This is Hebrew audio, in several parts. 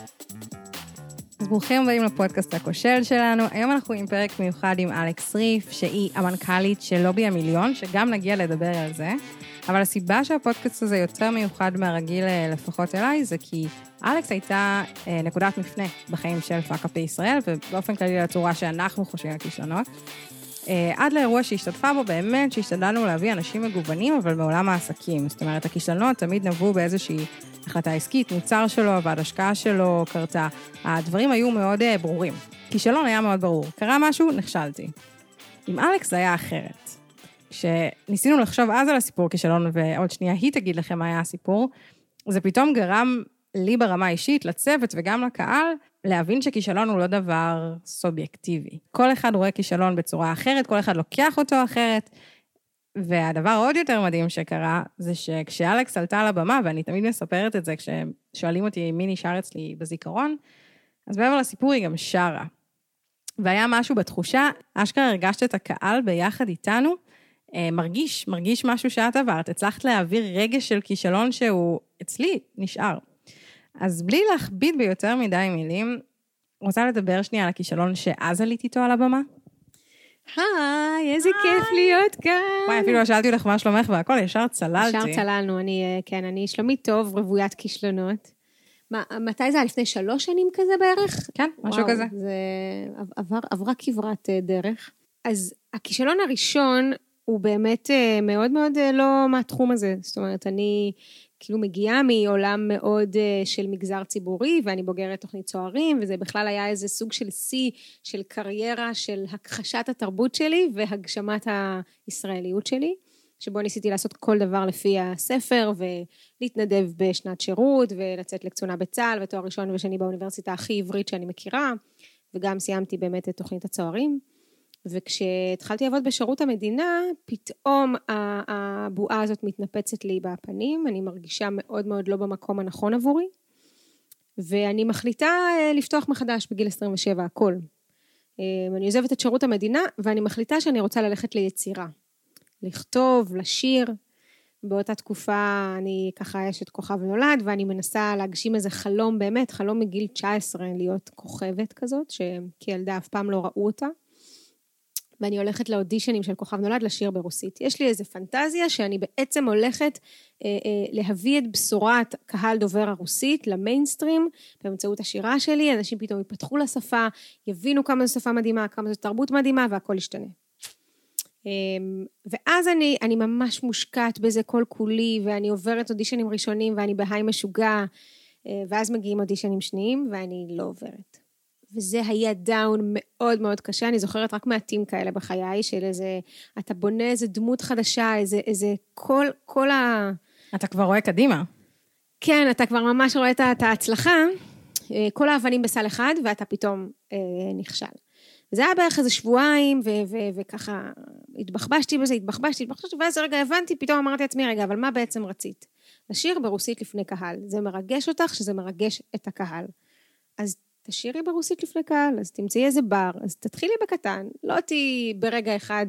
אז ברוכים הבאים לפודקאסט הכושל שלנו. היום אנחנו עם פרק מיוחד עם אלכס ריף, שהיא המנכ"לית של לובי המיליון, שגם נגיע לדבר על זה. אבל הסיבה שהפודקאסט הזה יותר מיוחד מהרגיל לפחות אליי, זה כי אלכס הייתה נקודת מפנה בחיים של פאק-אפ בישראל, ובאופן כללי לצורה שאנחנו חושבים על כישלונות. עד לאירוע שהשתתפה בו באמת, שהשתדלנו להביא אנשים מגוונים, אבל מעולם העסקים. זאת אומרת, הכישלונות תמיד נבעו באיזושהי החלטה עסקית, מוצר שלו, ועד השקעה שלו, קרתה. הדברים היו מאוד ברורים. כישלון היה מאוד ברור. קרה משהו, נכשלתי. עם אלכס זה היה אחרת. כשניסינו לחשוב אז על הסיפור כישלון, ועוד שנייה היא תגיד לכם מה היה הסיפור, זה פתאום גרם לי ברמה אישית, לצוות וגם לקהל, להבין שכישלון הוא לא דבר סובייקטיבי. כל אחד רואה כישלון בצורה אחרת, כל אחד לוקח אותו אחרת, והדבר עוד יותר מדהים שקרה, זה שכשאלכס עלתה על הבמה, ואני תמיד מספרת את זה, כששואלים אותי מי נשאר אצלי בזיכרון, אז מעבר לסיפור היא גם שרה. והיה משהו בתחושה, אשכרה הרגשת את הקהל ביחד איתנו, מרגיש משהו שאת עברת, הצלחת להעביר רגש של כישלון שהוא אצלי נשאר. אז בלי להכביד ביותר מדי מילים, רוצה לדבר שנייה על הכישלון שאז עלית איתו על הבמה? היי, איזה כיף להיות כאן. וואי, אפילו שאלתי לך מה שלומך והכל, ישר צללתי. ישר צללנו, אני שלומי טוב, רוויית כישלונות. מתי זה היה? לפני 3 שנים כזה בערך? כן, משהו כזה. זה עברה כברת דרך. אז הכישלון הראשון הוא באמת מאוד מאוד לא מהתחום הזה. זאת אומרת, אני כאילו מגיעה מעולם מאוד של מגזר ציבורי, ואני בוגרת תוכנית צוערים, וזה בכלל היה איזה סוג של שיא של קריירה של הכחשת התרבות שלי, והגשמת הישראליות שלי, שבו ניסיתי לעשות כל דבר לפי הספר, ולהתנדב בשנת שירות, ולצאת לקצונה בצה"ל, ותואר ראשון ושני באוניברסיטה הכי עברית שאני מכירה, וגם סיימתי באמת את תוכנית הצוערים. וכשהתחלתי לעבוד בשירות המדינה, פתאום הבועה הזאת מתנפצת לי בפנים, אני מרגישה מאוד מאוד לא במקום הנכון עבורי, ואני מחליטה לפתוח מחדש בגיל 27, הכל. אני עוזבת את שירות המדינה, ואני מחליטה שאני רוצה ללכת ליצירה. לכתוב, לשיר, באותה תקופה אני ככה אשת כוכב נולד, ואני מנסה להגשים איזה חלום באמת, חלום מגיל 19 להיות כוכבת כזאת, שכילדה אף פעם לא ראו אותה. ואני הולכת לאודישנים של כוכב נולד לשיר ברוסית. יש לי איזו פנטזיה שאני בעצם הולכת להביא את בשורת קהל דובר הרוסית למיינסטרים, באמצעות השירה שלי, אנשים פתאום יפתחו לשפה, יבינו כמה זו שפה מדהימה, כמה זו תרבות מדהימה, והכל ישתנה. ואז אני ממש מושקעת בזה כל כולי, ואני עוברת אודישנים ראשונים, ואני בהיי משוגע, ואז מגיעים אודישנים שניים, ואני לא עוברת. וזה היה דאון מאוד מאוד קשה, אני זוכרת רק מעטים כאלה בחיי, של איזה, אתה בונה איזה דמות חדשה, איזה כל אתה כבר רואה קדימה. כן, אתה כבר ממש רואה את ההצלחה, כל האבנים בסל אחד, ואתה פתאום נכשל. וזה היה בערך איזה שבועיים, וככה התבחבשתי בזה, ואז רגע הבנתי, פתאום אמרתי לעצמי, רגע, אבל מה בעצם רצית? לשיר ברוסית לפני קהל, זה מרגש אותך, שזה מרגש את הקהל. אז תשירי ברוסית לפני קהל, אז תמצאי איזה בר, אז תתחילי בקטן, לא תהי ברגע אחד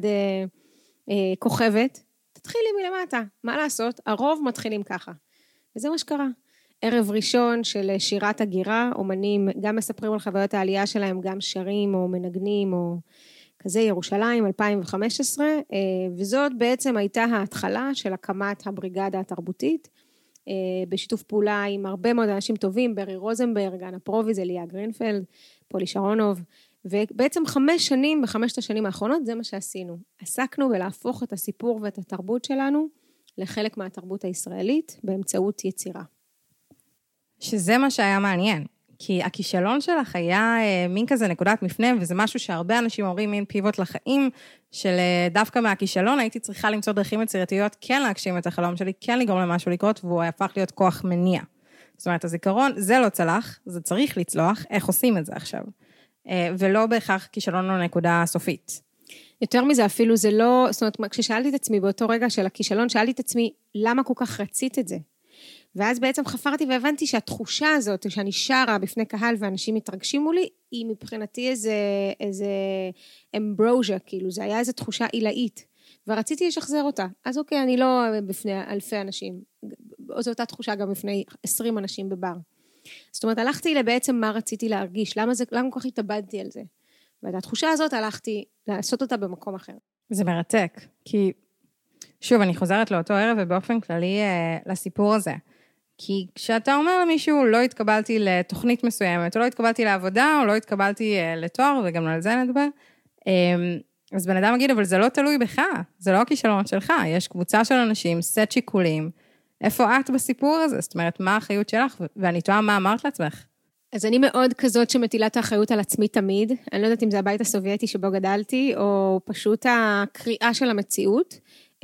כוכבת, תתחילי מלמטה, מה לעשות? הרוב מתחילים ככה, וזה מה שקרה. ערב ראשון של שירת הגירה, אומנים גם מספרים על חוויות העלייה שלהם, גם שרים או מנגנים או כזה, ירושלים 2015, וזאת בעצם הייתה ההתחלה של הקמת הבריגדה התרבותית, בשיתוף פעולה עם הרבה מאוד אנשים טובים, ברי רוזנברג, אנה פרוביז, אליה גרינפלד, פולי שרונוב, ובעצם 5 שנים, ב5 השנים האחרונות, זה מה שעשינו. עסקנו בלהפוך את הסיפור ואת התרבות שלנו, לחלק מהתרבות הישראלית, באמצעות יצירה. שזה מה שהיה מעניין, כי הכישלון שלך היה מין כזה נקודת מפנה, וזה משהו שהרבה אנשים אומרים מין פיבוט לחיים, של דווקא מהכישלון הייתי צריכה למצוא דרכים יצירתיות, כן להגשים את החלום שלי, כן לגרום למשהו לקרות, והוא הפך להיות כוח מניע. זאת אומרת, הזיכרון, זה לא צלח, זה צריך לצלוח, איך עושים את זה עכשיו? ולא בהכרח כישלון או נקודה סופית. יותר מזה אפילו זה לא, זאת אומרת, כששאלתי את עצמי באותו רגע של הכישלון, שאלתי את עצמי, למה כל כך רצית את זה? ואז בעצם חפרתי והבנתי שהתחושה הזאת, שאני שרה בפני קהל ואנשים מתרגשים מולי, היא מבחינתי איזה אמברוז'ה, כאילו, זה היה איזו תחושה עילאית, ורציתי לשחזר אותה. אז אוקיי, אני לא בפני אלפי אנשים, זו אותה תחושה גם בפני 20 אנשים בבר. זאת אומרת, הלכתי לבעצם מה רציתי להרגיש, למה כל כך התאבדתי על זה. ואת התחושה הזאת הלכתי לעשות אותה במקום אחר. זה מרתק, כי שוב, אני חוזרת לאותו ערב ובאופן כללי לסיפור הזה. כי כשאתה אומר למישהו, לא התקבלתי לתוכנית מסוימת, או לא התקבלתי לעבודה, או לא התקבלתי לתואר, וגם על זה נדבר, אז בן אדם מגיד, אבל זה לא תלוי בך, זה לא הכישלונות שלך, יש קבוצה של אנשים, סט שיקולים, איפה את בסיפור הזה? זאת אומרת, מה האחריות שלך? ואני תוהה מה אמרת לעצמך. אז אני מאוד כזאת שמטילה את האחריות על עצמי תמיד, אני לא יודעת אם זה הבית הסובייטי שבו גדלתי, או פשוט הקריאה של המציאות,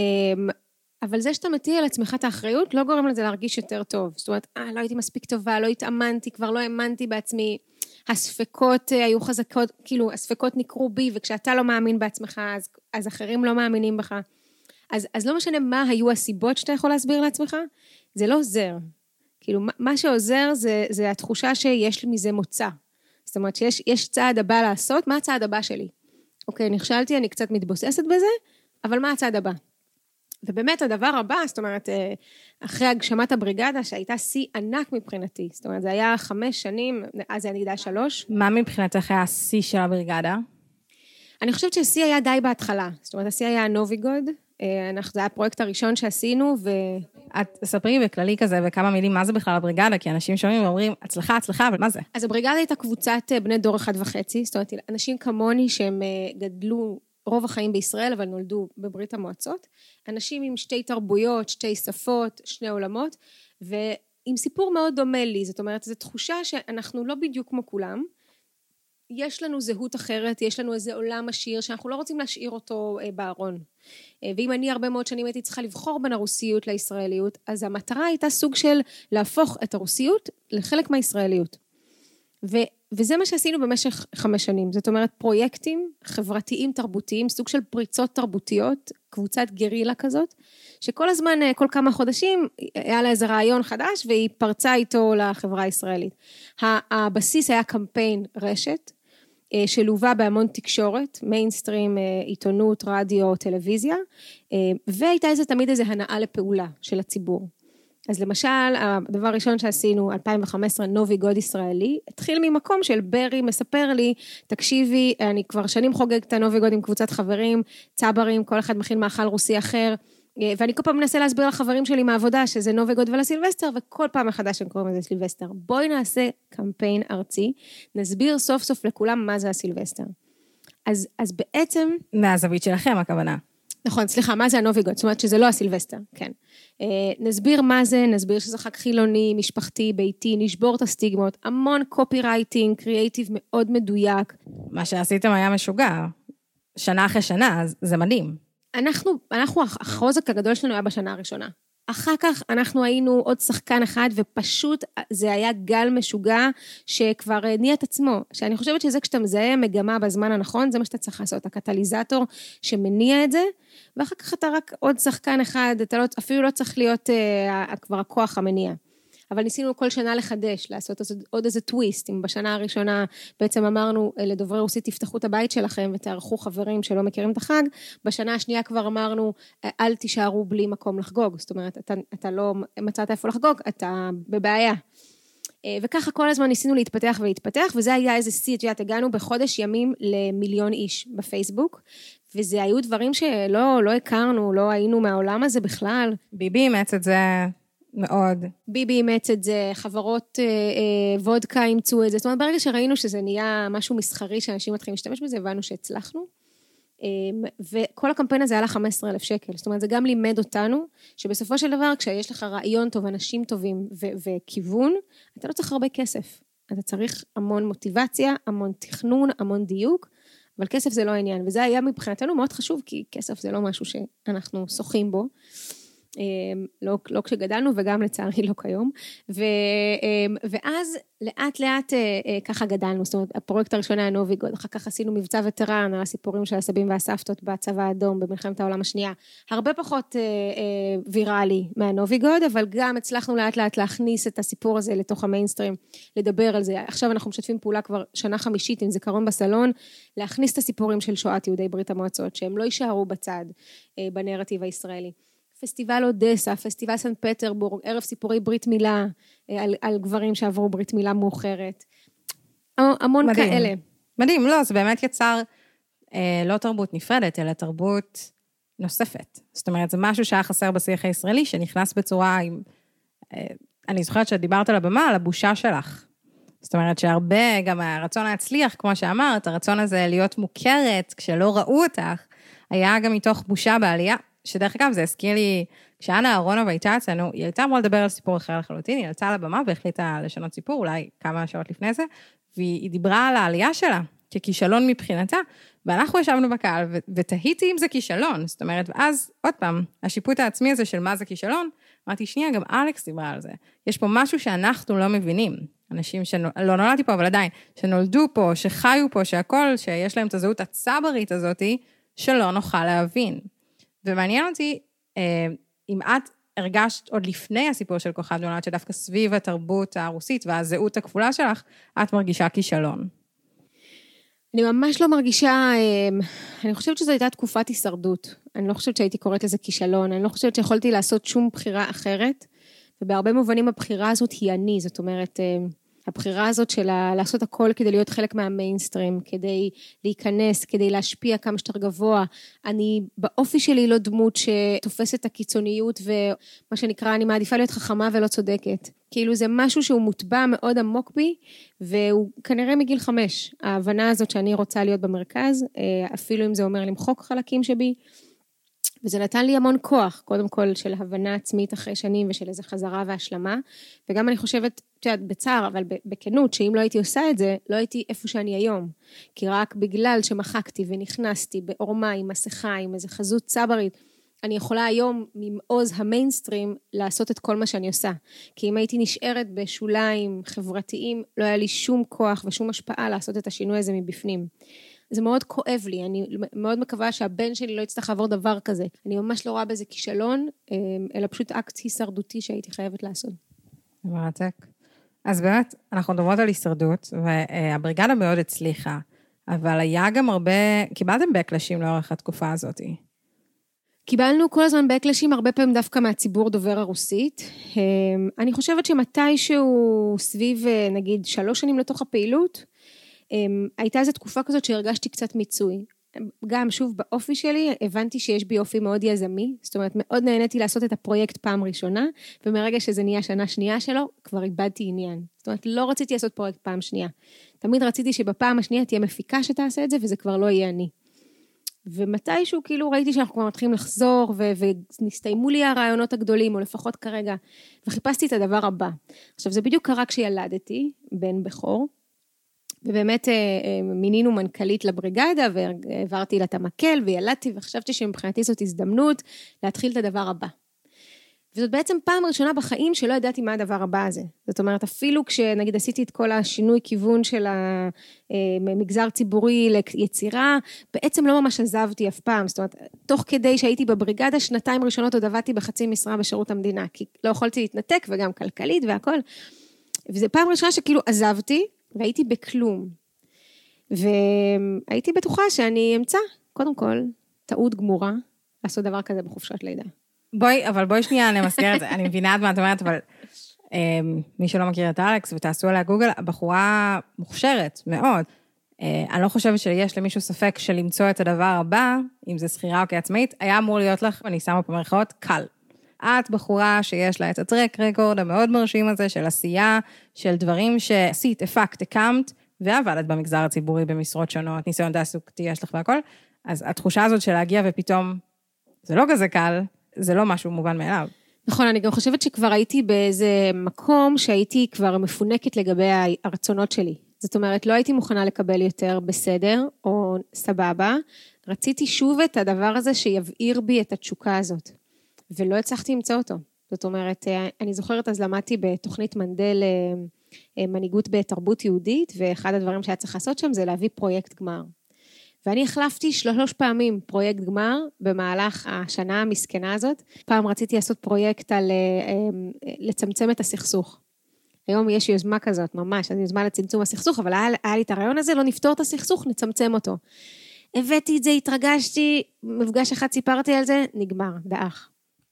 אבל זה שאתה מטיל על עצמך את האחריות, לא גורם לזה להרגיש יותר טוב. זאת אומרת, לא הייתי מספיק טובה, לא התאמנתי, כבר לא האמנתי בעצמי, הספקות היו חזקות, כאילו, הספקות נקרו בי, וכשאתה לא מאמין בעצמך, אז אחרים לא מאמינים בך. אז לא משנה מה היו הסיבות שאתה יכול להסביר לעצמך, זה לא עוזר. כאילו, מה שעוזר זה התחושה שיש מזה מוצא. זאת אומרת, שיש צעד הבא לעשות, מה הצעד הבא שלי? אוקיי, נכשלתי, אני קצת מתבוססת בזה, אבל מה הצעד הבא? ובאמת הדבר הבא, זאת אומרת, אחרי הגשמת הבריגדה, שהייתה שיא ענק מבחינתי, זאת אומרת, זה היה 5 שנים, אז זה נגדה 3. מה מבחינתך היה השיא של הבריגדה? אני חושבת שהשיא היה די בהתחלה, זאת אומרת, השיא היה נוביגוד, זה היה הפרויקט הראשון שעשינו, את ספרי בכללי כזה, וכמה מילים, מה זה בכלל הבריגדה, כי אנשים שומעים ואומרים, הצלחה, אבל מה זה? אז הבריגדה הייתה קבוצת בני דור 1.5, זאת אומרת, אנשים כמוני שהם גדלו רוב החיים בישראל, אבל נולדו בברית המועצות, אנשים עם 2 תרבויות, 2 שפות, 2 עולמות, ועם סיפור מאוד דומה לי, זאת אומרת, זו תחושה שאנחנו לא בדיוק כמו כולם, יש לנו זהות אחרת, יש לנו איזה עולם עשיר, שאנחנו לא רוצים להשאיר אותו בארון. ואם אני הרבה מאוד שנים הייתי צריכה לבחור בין הרוסיות לישראליות, אז המטרה הייתה סוג של להפוך את הרוסיות לחלק מהישראליות. וזה מה שעשינו במשך 5 שנים, זאת אומרת פרויקטים חברתיים תרבותיים, סוג של פריצות תרבותיות, קבוצת גרילה כזאת, שכל הזמן, כל כמה חודשים, היה לה איזה רעיון חדש, והיא פרצה איתו לחברה הישראלית. הבסיס היה קמפיין רשת, שלובה בהמון תקשורת, מיינסטרים, עיתונות, רדיו, טלוויזיה, והייתה תמיד איזה הנאה לפעולה של הציבור. אז למשל, הדבר הראשון שעשינו, 2015, נוביגוד ישראלי, התחיל ממקום של ברי מספר לי, תקשיבי, אני כבר שנים חוגגת את הנוביגוד עם קבוצת חברים, צברים, כל אחד מכין מאכל רוסי אחר, ואני כל פעם מנסה להסביר לחברים שלי מהעבודה, שזה נוביגוד ולסילבסטר, וכל פעם מחדש הם קוראים לזה סילבסטר. בואי נעשה קמפיין ארצי, נסביר סוף סוף לכולם מה זה הסילבסטר. אז בעצם... מהזווית שלכם, הכוונה. נכון, סליחה, מה זה הנוביגוד? זאת אומרת שזה לא הסילבסטר, כן. נסביר מה זה, נסביר שזה חג חילוני, משפחתי, ביתי, נשבור את הסטיגמות, המון קופי רייטינג, קריאייטיב מאוד מדויק. מה שעשיתם היה משוגע, שנה אחרי שנה, זה מדהים. החוזק הגדול שלנו היה בשנה הראשונה. אחר כך אנחנו היינו עוד שחקן אחד, ופשוט זה היה גל משוגע, שכבר ניע את עצמו. שאני חושבת שזה כשאתה מזהה מגמה בזמן הנכון, זה מה שאתה צריך לעשות, הקטליזטור שמניע את זה, ואחר כך אתה רק עוד שחקן אחד, אתה אפילו לא צריך להיות כבר הכוח המניע. אבל ניסינו כל שנה לחדש, לעשות עוד איזה טוויסט, אם בשנה הראשונה בעצם אמרנו לדוברי רוסית, תפתחו את הבית שלכם ותערכו חברים שלא מכירים את החג, בשנה השנייה כבר אמרנו, אל תישארו בלי מקום לחגוג, זאת אומרת, אתה לא מצאת איפה לחגוג, אתה בבעיה. וככה כל הזמן ניסינו להתפתח ולהתפתח, וזה היה איזה סיט, הגענו בחודש ימים ל1,000,000 איש בפייסבוק, וזה היו דברים שלא הכרנו, לא היינו מהעולם הזה בכלל. ביבי אימץ את זה מאוד. ביבי אימץ את זה, חברות וודקה אימצו את זה, זאת אומרת ברגע שראינו שזה נהיה משהו מסחרי שאנשים מתחילים להשתמש בזה, הבנו שהצלחנו, וכל הקמפיין הזה היה לה 15,000 שקל, זאת אומרת זה גם לימד אותנו, שבסופו של דבר כשיש לך רעיון טוב, אנשים טובים וכיוון, אתה לא צריך הרבה כסף, אתה צריך המון מוטיבציה, המון תכנון, המון דיוק, אבל כסף זה לא העניין, וזה היה מבחינתנו מאוד חשוב, כי כסף זה לא משהו שאנחנו שוחים בו, לא כשגדלנו וגם לצערי לא כיום, ואז לאט לאט ככה גדלנו, זאת אומרת הפרויקט הראשון היה נוביגוד, אחר כך עשינו מבצע וטרן, על הסיפורים של הסבים והסבתות בצבא האדום במלחמת העולם השנייה, הרבה פחות ויראלי מהנוביגוד, אבל גם הצלחנו לאט לאט להכניס את הסיפור הזה לתוך המיינסטרים, לדבר על זה, עכשיו אנחנו משתפים פעולה כבר שנה 5 עם זיכרון בסלון, להכניס את הסיפורים של שואת יהודי ברית המועצות, שהם לא יישארו בצד בנרטיב הישראלי. פסטיבל אודסה, פסטיבל סן פטרבורג, ערב סיפורי ברית מילה, על גברים שעברו ברית מילה מאוחרת. המון מדהים. כאלה. מדהים, לא, זה באמת יצר לא תרבות נפרדת, אלא תרבות נוספת. זאת אומרת, זה משהו שהיה חסר בשיח הישראלי, שנכנס בצורה עם... אני זוכרת שדיברת על הבמה, על הבושה שלך. זאת אומרת שהרבה, גם הרצון להצליח, כמו שאמרת, הרצון הזה להיות מוכרת, כשלא ראו אותך, היה גם מתוך בושה בעלייה, שדרך אגב, זה הזכיר לי, כשאנה אהרונוב הייתה אצלנו, היא הייתה אמורה לדבר על סיפור אחר לחלוטין, היא יצאה לבמה והחליטה לשנות סיפור, אולי כמה שעות לפני זה, והיא דיברה על העלייה שלה, ככישלון מבחינתה, ואנחנו ישבנו בקהל, ותהיתי אם זה כישלון, זאת אומרת, ואז, עוד פעם, השיפוט העצמי הזה של מה זה כישלון, אמרתי, שנייה, גם אלכס דיברה על זה. יש פה משהו שאנחנו לא מבינים. אנשים לא נולדתי פה, אבל עדיין, שנולדו פה, שחיו פה, שהכל, שיש להם את הזהות הצברית הזאת, שלא נוכל להבין. ומעניין אותי, אם את הרגשת עוד לפני הסיפור של כוכב נולד, שדווקא סביב התרבות הרוסית והזהות הכפולה שלך, את מרגישה כישלון. אני ממש לא מרגישה, אני חושבת שזו הייתה תקופת הישרדות. אני לא חושבת שהייתי קוראת לזה כישלון, אני לא חושבת שיכולתי לעשות שום בחירה אחרת, ובהרבה מובנים הבחירה הזאת היא אני, זאת אומרת, הבחירה הזאת של לעשות הכל כדי להיות חלק מהמיינסטרים, כדי להיכנס, כדי להשפיע כמה שיותר גבוה. אני באופי שלי לא דמות שתופסת את הקיצוניות, ומה שנקרא, אני מעדיפה להיות חכמה ולא צודקת. כאילו זה משהו שהוא מוטבע מאוד עמוק בי, והוא כנראה מגיל 5. ההבנה הזאת שאני רוצה להיות במרכז, אפילו אם זה אומר למחוק חלקים שבי, וזה נתן לי המון כוח, קודם כל של הבנה עצמית אחרי שנים, ושל איזו חזרה והשלמה, וגם אני חושבת, בצער, אבל בכנות, שאם לא הייתי עושה את זה, לא הייתי איפה שאני היום, כי רק בגלל שמחקתי ונכנסתי בעורמה עם מסכה, עם איזו חזות צברית, אני יכולה היום ממעוז המיינסטרים לעשות את כל מה שאני עושה, כי אם הייתי נשארת בשוליים חברתיים, לא היה לי שום כוח ושום השפעה לעשות את השינוי הזה מבפנים. זה מאוד כואב לי, אני מאוד מקווה שהבן שלי לא יצטרך לעבור דבר כזה. אני ממש לא רואה בזה כישלון, אלא פשוט אקט הישרדותי שהייתי חייבת לעשות. מרתק. אז באמת, אנחנו מדברות על הישרדות, והבריגדה מאוד הצליחה, אבל היה גם הרבה, קיבלתם בקלשים לאורך התקופה הזאת. קיבלנו כל הזמן בקלשים, הרבה פעמים דווקא מהציבור דובר הרוסית. אני חושבת שמתישהו סביב, נגיד, 3 שנים לתוך הפעילות, הייתה איזו תקופה כזאת שהרגשתי קצת מיצוי. גם שוב באופי שלי הבנתי שיש בי אופי מאוד יזמי, זאת אומרת מאוד נהניתי לעשות את הפרויקט פעם ראשונה, ומרגע שזה נהיה שנה שנייה שלו, כבר איבדתי עניין. זאת אומרת לא רציתי לעשות פרויקט פעם שנייה. תמיד רציתי שבפעם השנייה תהיה מפיקה שתעשה את זה, וזה כבר לא יהיה אני. ומתישהו כאילו ראיתי שאנחנו כבר מתחילים לחזור, ונסתיימו לי הרעיונות הגדולים, או לפחות כרגע, וחיפשתי את הדבר הבא. עכשיו זה בדיוק קרה כשילדתי, בן בכור, ובאמת מינינו מנכ"לית לבריגדה, והעברתי לה את המקל, וילדתי, וחשבתי שמבחינתי זאת הזדמנות להטחיל את הדבר הבא. וזאת בעצם פעם ראשונה בחיים שלא ידעתי מה הדבר הבא הזה. זאת אומרת, אפילו כשנגיד עשיתי את כל השינוי כיוון של המגזר ציבורי ליצירה, בעצם לא ממש עזבתי אף פעם. זאת אומרת, תוך כדי שהייתי בבריגדה, 2 ראשונות עוד עבדתי בחצי משרה בשירות המדינה, כי לא יכולתי להתנתק, וגם כלכלית והכל. וזו פעם ראשונה שכאילו עזבתי, והייתי בכלום. והייתי בטוחה שאני אמצא, קודם כל, טעות גמורה, לעשות דבר כזה בחופשת לידה. בואי שנייה נמסגר את זה, אני מבינה את מה את אומרת, אבל מי שלא מכיר את אלכס ותעשו עליה גוגל, הבחורה מוכשרת מאוד. אני לא חושבת שיש למישהו ספק של למצוא את הדבר הבא, אם זה שכירה או כעצמאית, היה אמור להיות לך, ואני שמה פה מרכאות, קל. את בחורה שיש לה את הטרק רקורד המאוד מרשים הזה של עשייה, של דברים שעשית, הפקת, הקמת, ועבדת במגזר הציבורי במשרות שונות, ניסיון תעסוקתי יש לך והכל, אז התחושה הזאת של להגיע ופתאום, זה לא כזה קל, זה לא משהו מובן מאליו. נכון, אני גם חושבת שכבר הייתי באיזה מקום שהייתי כבר מפונקת לגבי הרצונות שלי. זאת אומרת, לא הייתי מוכנה לקבל יותר בסדר או סבבה, רציתי שוב את הדבר הזה שיבעיר בי את התשוקה הזאת. ולא הצלחתי למצוא אותו. זאת אומרת, אני זוכרת אז למדתי בתוכנית מנדל מנהיגות בתרבות יהודית, ואחד הדברים שהיה צריך לעשות שם זה להביא פרויקט גמר. ואני החלפתי 3 פעמים פרויקט גמר במהלך השנה המסכנה הזאת. פעם רציתי לעשות פרויקט על לצמצם את הסכסוך. היום יש יוזמה כזאת, ממש, אז יוזמה לצמצום הסכסוך, אבל היה לי את הרעיון הזה, לא נפתור את הסכסוך, נצמצם אותו. הבאתי את זה, התרגשתי, מפגש אחד סיפרתי על זה, נגמר, דאח.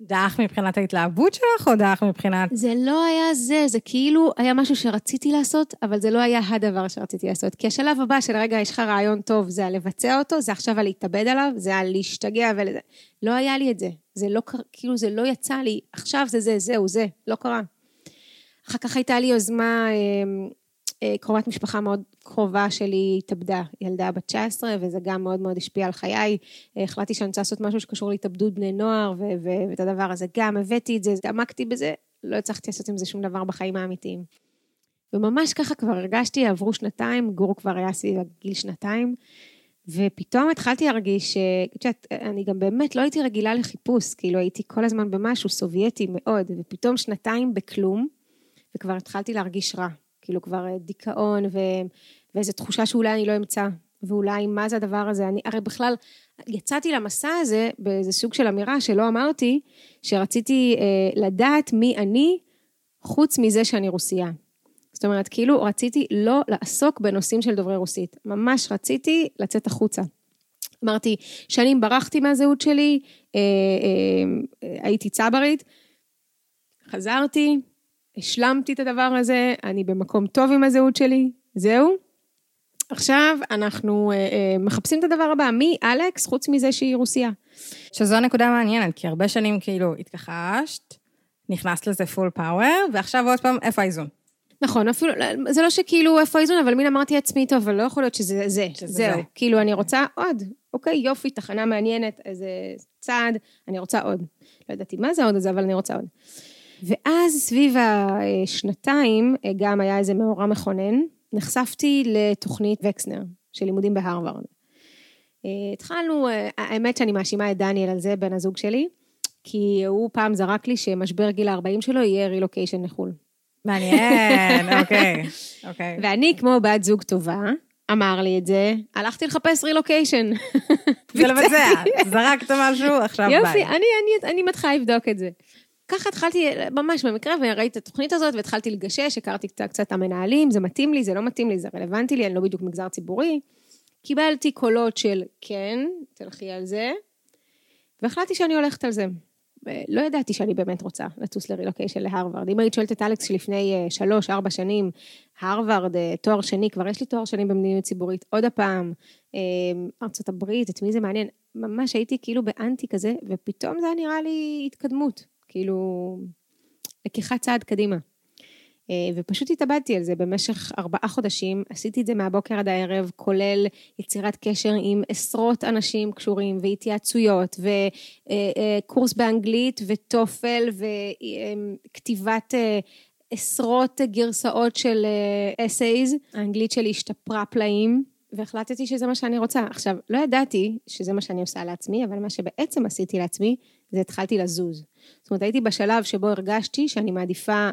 דרך מבחינת ההתלהבות שלך, או דרך מבחינת... זה לא היה זה כאילו היה משהו שרציתי לעשות, אבל זה לא היה הדבר שרציתי לעשות. כי השלב הבא של רגע, יש לך רעיון טוב, זה על לבצע אותו, זה עכשיו על להתאבד עליו, זה על להשתגע ולזה. לא היה לי את זה. זה לא, כאילו זה לא יצא לי, עכשיו זהו, לא קרה. אחר כך הייתה לי יוזמה, קרובת משפחה מאוד קרובה שלי התאבדה, ילדה בת 19, וזה גם מאוד מאוד השפיע על חיי. החלטתי שאני רוצה לעשות משהו שקשור להתאבדות בני נוער, ואת הדבר הזה גם הבאתי את זה, עמקתי בזה, לא הצלחתי לעשות עם זה שום דבר בחיים האמיתיים. וממש ככה כבר הרגשתי, עברו שנתיים, גור כבר היה סביב גיל 2, ופתאום התחלתי להרגיש שאני גם באמת לא הייתי רגילה לחיפוש, כאילו הייתי כל הזמן במשהו סובייטי מאוד, ופתאום 2 בכלום, וכבר התחלתי להרגיש רע. כאילו כבר דיכאון ואיזו תחושה שאולי אני לא אמצא, ואולי מה זה הדבר הזה, אני הרי בכלל יצאתי למסע הזה באיזה סוג של אמירה שלא אמרתי, שרציתי לדעת מי אני, חוץ מזה שאני רוסייה. זאת אומרת, כאילו רציתי לא לעסוק בנושאים של דוברי רוסית, ממש רציתי לצאת החוצה. אמרתי, שנים ברחתי מהזהות שלי, הייתי צברית, חזרתי, השלמתי את הדבר הזה, אני במקום טוב עם הזהות שלי, זהו. עכשיו אנחנו מחפשים את הדבר הבא, מי אלכס חוץ מזה שהיא רוסיה. שזו נקודה מעניינת, כי הרבה שנים כאילו התכחשת, נכנסת לזה פול פאוור, ועכשיו עוד פעם, איפה האיזון? נכון, אפילו, זה לא שכאילו איפה האיזון, אבל מין אמרתי לעצמי טוב, אבל לא יכול להיות שזה זהו. כאילו אני רוצה עוד, אוקיי, יופי, תחנה מעניינת, איזה צעד, אני רוצה עוד. לא ידעתי מה זה עוד הזה, אבל אני רוצה עוד. ואז סביב 2 גם היה איזה מאורע מכונן, נחשפתי לתוכנית וקסנר, של לימודים בהרווארד. התחלנו, האמת שאני מאשימה את דניאל על זה, בן הזוג שלי, כי הוא פעם זרק לי שמשבר גיל 40 שלו יהיה רילוקיישן לחול. מעניין, אוקיי. ואני כמו בת זוג טובה, אמר לי את זה, הלכתי לחפש רילוקיישן. זה לבצע, זרקת משהו, עכשיו ביי. יופי, אני מתחילה לבדוק את זה. ככה התחלתי ממש במקרה, וראיתי את התוכנית הזאת, והתחלתי לגשש, הכרתי קצת המנהלים, זה מתאים לי, זה לא מתאים לי, זה רלוונטי לי, אני לא בדיוק מגזר ציבורי. קיבלתי קולות של כן, תלכי על זה, והחלטתי שאני הולכת על זה. לא ידעתי שאני באמת רוצה לטוס לרילוקיישן להרווארד. אם היית שואלת את אלכס שלפני 3-4 שנים, הרווארד, תואר שני, כבר יש לי תואר שני במדיניות ציבורית, עוד הפעם, ארצות הברית, את מי זה מעניין, ממש הייתי כאילו באנטי כזה, ופתאום זה נראה לי התקדמות, כאילו לקיחת צעד קדימה. ופשוט התאבדתי על זה במשך 4 חודשים, עשיתי את זה מהבוקר עד הערב, כולל יצירת קשר עם עשרות אנשים קשורים, והתייעצויות, וקורס באנגלית, וטופל, וכתיבת עשרות גרסאות של אסייז, האנגלית שלי השתפרה פלאים, והחלטתי שזה מה שאני רוצה. עכשיו, לא ידעתי שזה מה שאני עושה לעצמי, אבל מה שבעצם עשיתי לעצמי, זה התחלתי לזוז. זאת אומרת, הייתי בשלב שבו הרגשתי שאני מעדיפה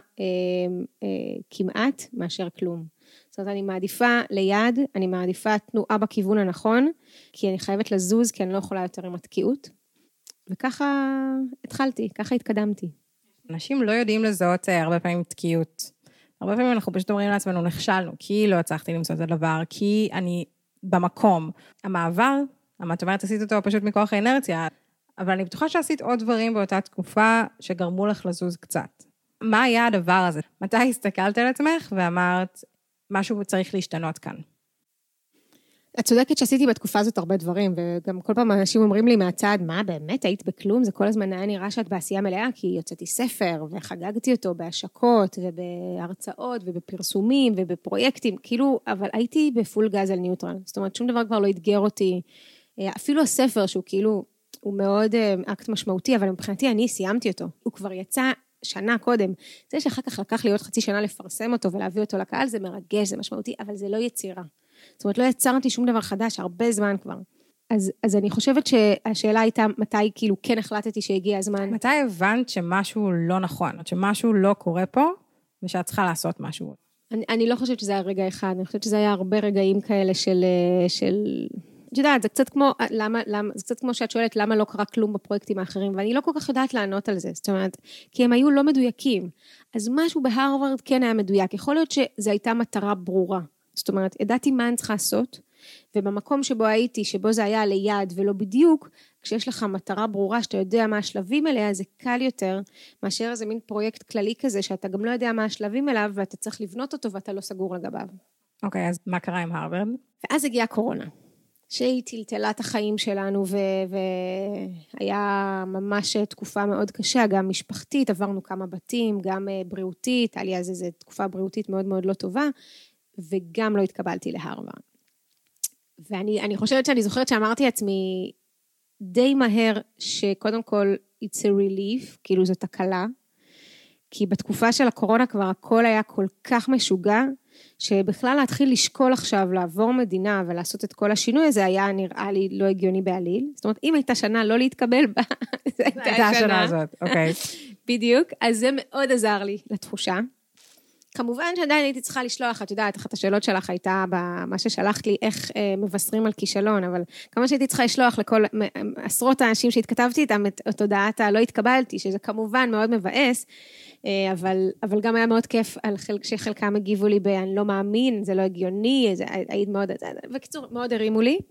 כמעט מאשר כלום. זאת אומרת, אני מעדיפה ליד, אני מעדיפה תנועה בכיוון הנכון, כי אני חייבת לזוז, כי אני לא יכולה יותר עם התקיעות. וככה התחלתי, ככה התקדמתי. אנשים לא יודעים לזהות הרבה פעמים תקיעות. הרבה פעמים אנחנו פשוט אומרים לעצמנו, נכשלנו, כי לא הצלחתי למצוא את הדבר, כי אני במקום. המעבר, את אומרת, עשית אותו פשוט מכוח האנרציה, אבל אני בטוחה שעשית עוד דברים באותה תקופה שגרמו לך לזוז קצת. מה היה הדבר הזה? מתי הסתכלת על עצמך ואמרת, משהו צריך להשתנות כאן? את צודקת שעשיתי בתקופה הזאת הרבה דברים, וגם כל פעם אנשים אומרים לי מהצד, מה באמת, היית בכלום? זה כל הזמן היה נראה שאת בעשייה מלאה, כי יוצאתי ספר, וחגגתי אותו בהשקות, ובהרצאות, ובפרסומים, ובפרויקטים, כאילו, אבל הייתי בפול גז על ניוטרל. זאת אומרת, שום דבר כבר לא התגר אותי. אפילו הספר, שהוא כאילו, הוא מאוד אקט משמעותי, אבל מבחינתי אני סיימתי אותו. הוא כבר יצא שנה קודם. זה שאחר כך לקח לי עוד חצי שנה לפרסם אותו, ולהביא אותו לקהל, זה מרגש, זה משמעותי, אבל זה לא יצירה. זאת אומרת, לא יצרתי שום דבר חדש, הרבה זמן כבר. אז אני חושבת שהשאלה הייתה, מתי כאילו כן החלטתי שהגיע הזמן. מתי הבנת שמשהו לא נכון, שמשהו לא קורה פה, ושאת צריכה לעשות משהו? אני לא חושבת שזה היה רגע אחד, אני חושבת שזה היה הרבה רגעים כאלה של את יודעת, זה קצת כמו שאת שואלת, למה לא קרה כלום בפרויקטים האחרים, ואני לא כל כך יודעת לענות על זה, זאת אומרת, כי הם היו לא מדויקים. אז משהו בהרווארד כן היה מדויק, יכול להיות שזו הייתה מטרה ברורה. זאת אומרת, ידעתי מה אני צריכה לעשות, ובמקום שבו הייתי, שבו זה היה ליד ולא בדיוק, כשיש לך מטרה ברורה שאתה יודע מה השלבים אליה, זה קל יותר, מאשר איזה מין פרויקט כללי כזה, שאתה גם לא יודע מה השלבים אליו, ואתה צריך לבנות אותו ואתה לא סגור לגביו. אוקיי, אז מה קרה עם הרווארד? ואז הגיעה קורונה, שהיא טלטלה את החיים שלנו, והיה ממש תקופה מאוד קשה, גם משפחתית, עברנו כמה בתים, גם בריאותית, היה לי אז איזו תקופה בריאותית מאוד מאוד לא טובה, וגם לא התקבלתי להרווארד. ואני חושבת שאני זוכרת שאמרתי לעצמי די מהר, שקודם כל it's a relief, כאילו זאת הקלה, כי בתקופה של הקורונה כבר הכל היה כל כך משוגע, שבכלל להתחיל לשקול עכשיו, לעבור מדינה ולעשות את כל השינוי הזה, היה נראה לי לא הגיוני בעליל. זאת אומרת, אם הייתה שנה לא להתקבל בה, זה הייתה השנה הזאת, אוקיי. בדיוק, אז זה מאוד עזר לי לתחושה. כמובן שעדיין הייתי צריכה לשלוח, את יודעת, אחת השאלות שלך הייתה במה ששלחת לי, איך מבשרים על כישלון, אבל כמה שהייתי צריכה לשלוח לכל עשרות האנשים שהתכתבתי איתם, את הודעת לא התקבלתי, שזה כמובן מאוד מבאס, אבל גם היה מאוד כיף שחלקם הגיבו לי אני לא מאמין, זה לא הגיוני, היית מאוד, בקיצור, מאוד הרימו לי,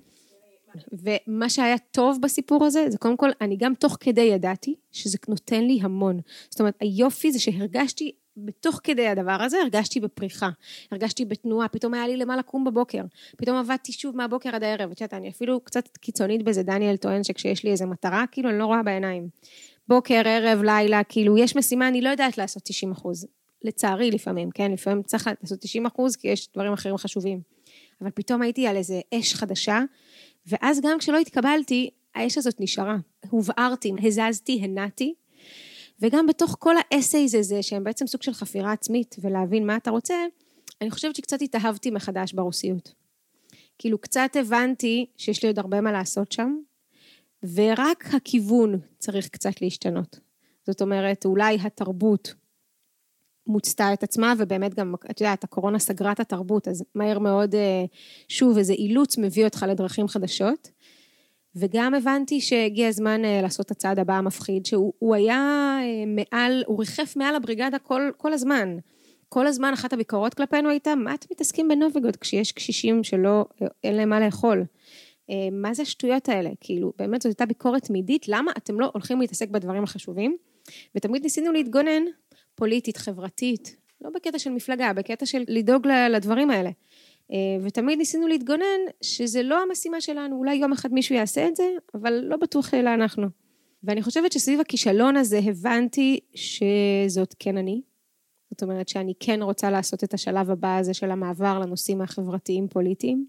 ומה שהיה טוב בסיפור הזה, זה קודם כל, אני גם תוך כדי ידעתי, שזה נותן לי המון, זאת אומרת, היופי זה שהרגשתי, בתוך כדי הדבר הזה, הרגשתי בפריחה, הרגשתי בתנועה, פתאום היה לי למה לקום בבוקר, פתאום עבדתי שוב מהבוקר עד הערב, אני אפילו קצת קיצונית בזה, דניאל טוען שכשיש לי איזו מטרה, כאילו אני לא רואה בעיניים, בוקר, ערב, לילה, כאילו יש משימה, אני לא יודעת לעשות 90%, לצערי לפעמים, כן, לפעמים צריך לעשות 90%, כי יש דברים אחרים חשובים, אבל פתאום הייתי על איזה אש חדשה, ואז גם כשלא התקבלתי, האש הזאת נשארה, הובערתי, הזזתי, הנעתי, וגם בתוך כל האסייז הזה, שהם בעצם סוג של חפירה עצמית, ולהבין מה אתה רוצה, אני חושבת שקצת התאהבתי מחדש ברוסיות. כאילו קצת הבנתי שיש לי עוד הרבה מה לעשות שם, ורק הכיוון צריך קצת להשתנות. זאת אומרת, אולי התרבות מוצתה את עצמה, ובאמת גם, את יודעת, הקורונה סגרה את התרבות, אז מהר מאוד, שוב, איזה אילוץ מביא אותך לדרכים חדשות, וגם הבנתי שהגיע הזמן לעשות את הצעד הבא המפחיד, שהוא היה מעל, הוא ריחף מעל הבריגדה כל הזמן. כל הזמן אחת הביקורות כלפינו הייתה, מה אתם מתעסקים בנובגוד כשיש קשישים שלא, אין להם מה לאכול? מה זה השטויות האלה? כאילו, באמת זאת הייתה ביקורת תמידית, למה אתם לא הולכים להתעסק בדברים החשובים? ותמיד ניסינו להתגונן, פוליטית, חברתית, לא בקטע של מפלגה, בקטע של לדאוג לדברים האלה. ותמיד ניסינו להתגונן שזה לא המשימה שלנו, אולי יום אחד מישהו יעשה את זה, אבל לא בטוח אלא אנחנו. ואני חושבת שסביב הכישלון הזה הבנתי שזאת כן אני, זאת אומרת שאני כן רוצה לעשות את השלב הבא הזה של המעבר לנושאים החברתיים פוליטיים,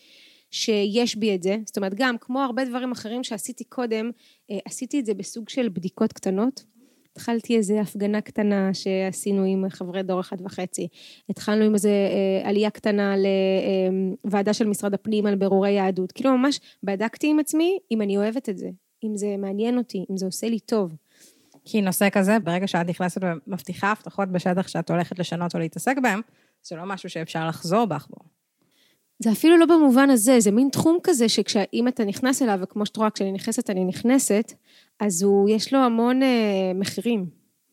שיש בי את זה, זאת אומרת גם כמו הרבה דברים אחרים שעשיתי קודם, עשיתי את זה בסוג של בדיקות קטנות, התחלתי איזו הפגנה קטנה שעשינו עם חברי דור 1.5, התחלנו עם איזו עלייה קטנה לוועדה של משרד הפנים על ברורי יהדות, כאילו ממש בדקתי עם עצמי אם אני אוהבת את זה, אם זה מעניין אותי, אם זה עושה לי טוב. כי נושא כזה, ברגע שאת נכנסת ומבטיחה הבטחות בשטח שאת הולכת לשנות או להתעסק בהם, זה לא משהו שאפשר לחזור בך בו. זה אפילו לא במובן הזה, זה מין תחום כזה שאם אתה נכנס אליו, וכמו שאת רואה, כשאני נכנסת, אני נכנסת, אז יש לו המון מחירים.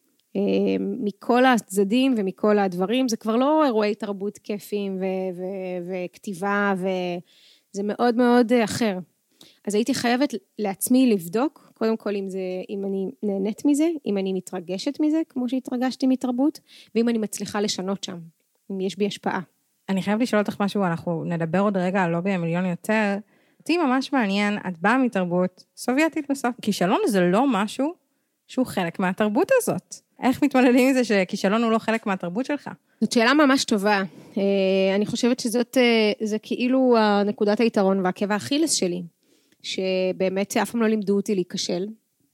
מכל הצדדים ומכל הדברים, זה כבר לא אירועי תרבות כיפים וכתיבה, וזה מאוד מאוד אחר. אז הייתי חייבת לעצמי לבדוק, קודם כל אם אני נהנית מזה, אם אני מתרגשת מזה, כמו שהתרגשתי מתרבות, ואם אני מצליחה לשנות שם, אם יש בי השפעה. אני חייב לשאול אותך משהו, אנחנו נדבר עוד רגע על לובי המיליון יותר, אותי ממש מעניין, את באה מתרבות סובייטית בסוף, כישלון זה לא משהו שהוא חלק מהתרבות הזאת. איך מתמודדים עם זה שכישלון הוא לא חלק מהתרבות שלך? זאת שאלה ממש טובה. אני חושבת זה כאילו נקודת היתרון והעקב האכילס שלי, שבאמת אף פעם לא לימדו אותי להיכשל.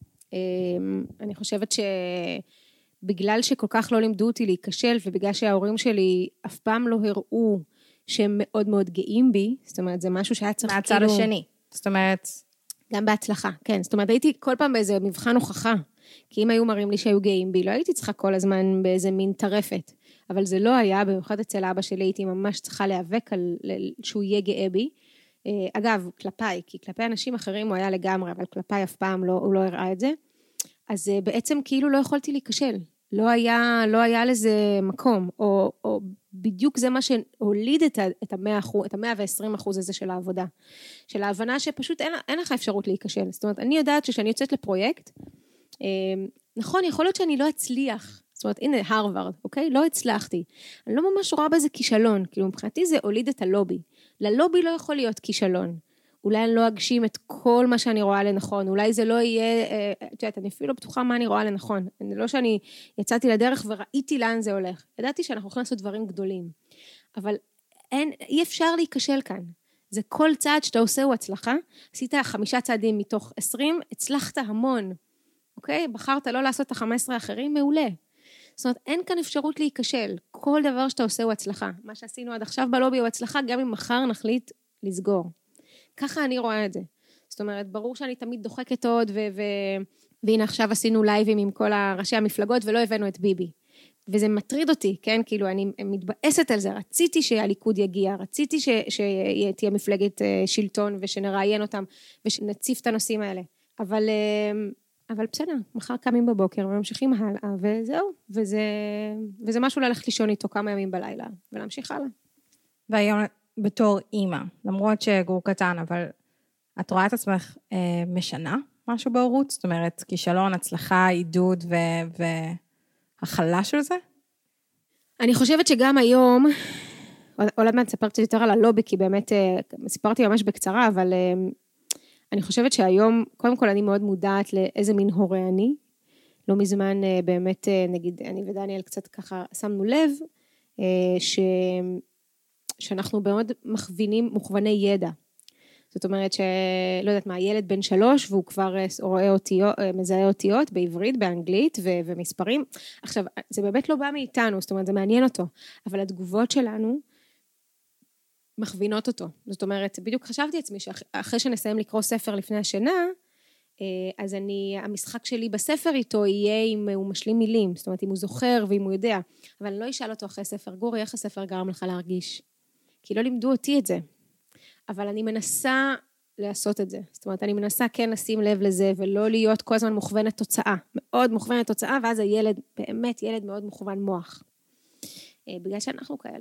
אני חושבת שבגלל שכל כך לא לימדו אותי להיכשל, ובגלל שההורים שלי אף פעם לא הראו שהם מאוד מאוד גאים בי, זאת אומרת, זה משהו שהיה צריך מהצד השני. זאת אומרת, גם בהצלחה, כן. זאת אומרת, הייתי כל פעם באיזה מבחן הוכחה, כי אם היו מראים לי שהיו גאים בי, לא הייתי צריכה כל הזמן באיזה מין טרפת, אבל זה לא היה, במיוחד אצל אבא שלי, הייתי ממש צריכה להיאבק על שהוא יהיה גאה בי. אגב, כלפיי, כי כלפי אנשים אחרים הוא היה לגמרי, אבל כלפיי אף פעם הוא לא הראה את זה. אז בעצם כאילו לא יכולתי להיכשל. לא היה לזה מקום, או בדיוק זה מה שהוליד את ה-120% הזה של העבודה, של ההבנה שפשוט אין לך אפשרות להיכשל. זאת אומרת, אני יודעת שכשאני יוצאת לפרויקט, נכון, יכול להיות שאני לא אצליח, זאת אומרת, הנה, הרווארד, אוקיי? לא הצלחתי. אני לא ממש רואה בזה כישלון, כאילו מבחינתי זה הוליד את הלובי. ללובי לא יכול להיות כישלון. אולי אני לא אגשים את כל מה שאני רואה לנכון, אולי זה לא יהיה, אני אפילו לא בטוחה מה אני רואה לנכון. לא שאני יצאתי לדרך וראיתי לאן זה הולך. ידעתי שאנחנו הולכים לעשות דברים גדולים. אבל אי אפשר להיכשל כאן. זה כל צעד שאתה עושה הוא הצלחה. עשית 5 צעדים מתוך 20, הצלחת המון. אוקיי? בחרת לא לעשות את 15 האחרים, מעולה. זאת אומרת, אין כאן אפשרות להיכשל. כל דבר שאתה עושה הוא הצלחה. מה שעשינו עד עכשיו בלובי הוא הצלחה, גם אם מחר נחליט לסגור. ככה אני רואה את זה. זאת אומרת, ברור שאני תמיד דוחקת עוד, והנה עכשיו עשינו לייבים עם כל ראשי המפלגות, ולא הבאנו את ביבי. וזה מטריד אותי, כן? כאילו, אני מתבאסת על זה. רציתי שהליכוד יגיע, רציתי שתהיה מפלגת שלטון, ושנראיין אותם, ושנציף את הנושאים האלה. אבל בסדר, מחר קמים בבוקר, וממשיכים הלאה, וזהו. וזה משהו ללכת לישון איתו כמה ימים בלילה, ולהמשיך הלאה. והיום בתור אימא, למרות שגור קטן, אבל את רואה את עצמך משנה משהו בהורות? זאת אומרת, כישלון, הצלחה, עידוד והחלה של זה? אני חושבת שגם היום, אולי מה תספר קצת יותר על הלובי, כי באמת סיפרתי ממש בקצרה, אבל אני חושבת שהיום, קודם כל אני מאוד מודעת לאיזה מין הורה אני. לא מזמן באמת, נגיד, אני ודניאל קצת ככה שמנו לב, שאנחנו מאוד מוכווני ידע. זאת אומרת שלא יודעת מה, ילד בן 3 והוא כבר רואה אותיות, מזהה אותיות בעברית, באנגלית ומספרים. עכשיו, זה באמת לא בא מאיתנו, זאת אומרת, זה מעניין אותו. אבל התגובות שלנו מכווינות אותו. זאת אומרת, בדיוק חשבתי עצמי שאחרי שנסיים לקרוא ספר לפני השינה, אז המשחק שלי בספר איתו יהיה אם הוא משלים מילים, זאת אומרת, אם הוא זוכר ואם הוא יודע. אבל אני לא אשאל אותו אחרי ספר, גורי, איך הספר גרם לך להרגיש? כי לא לימדו אותי את זה. אבל אני מנסה לעשות את זה. זאת אומרת, אני מנסה כן לשים לב לזה, ולא להיות כל הזמן מוכוונת תוצאה. מאוד מוכוונת תוצאה, ואז הילד, באמת ילד מאוד מוכוון מוח. בגלל שאנחנו כאלה.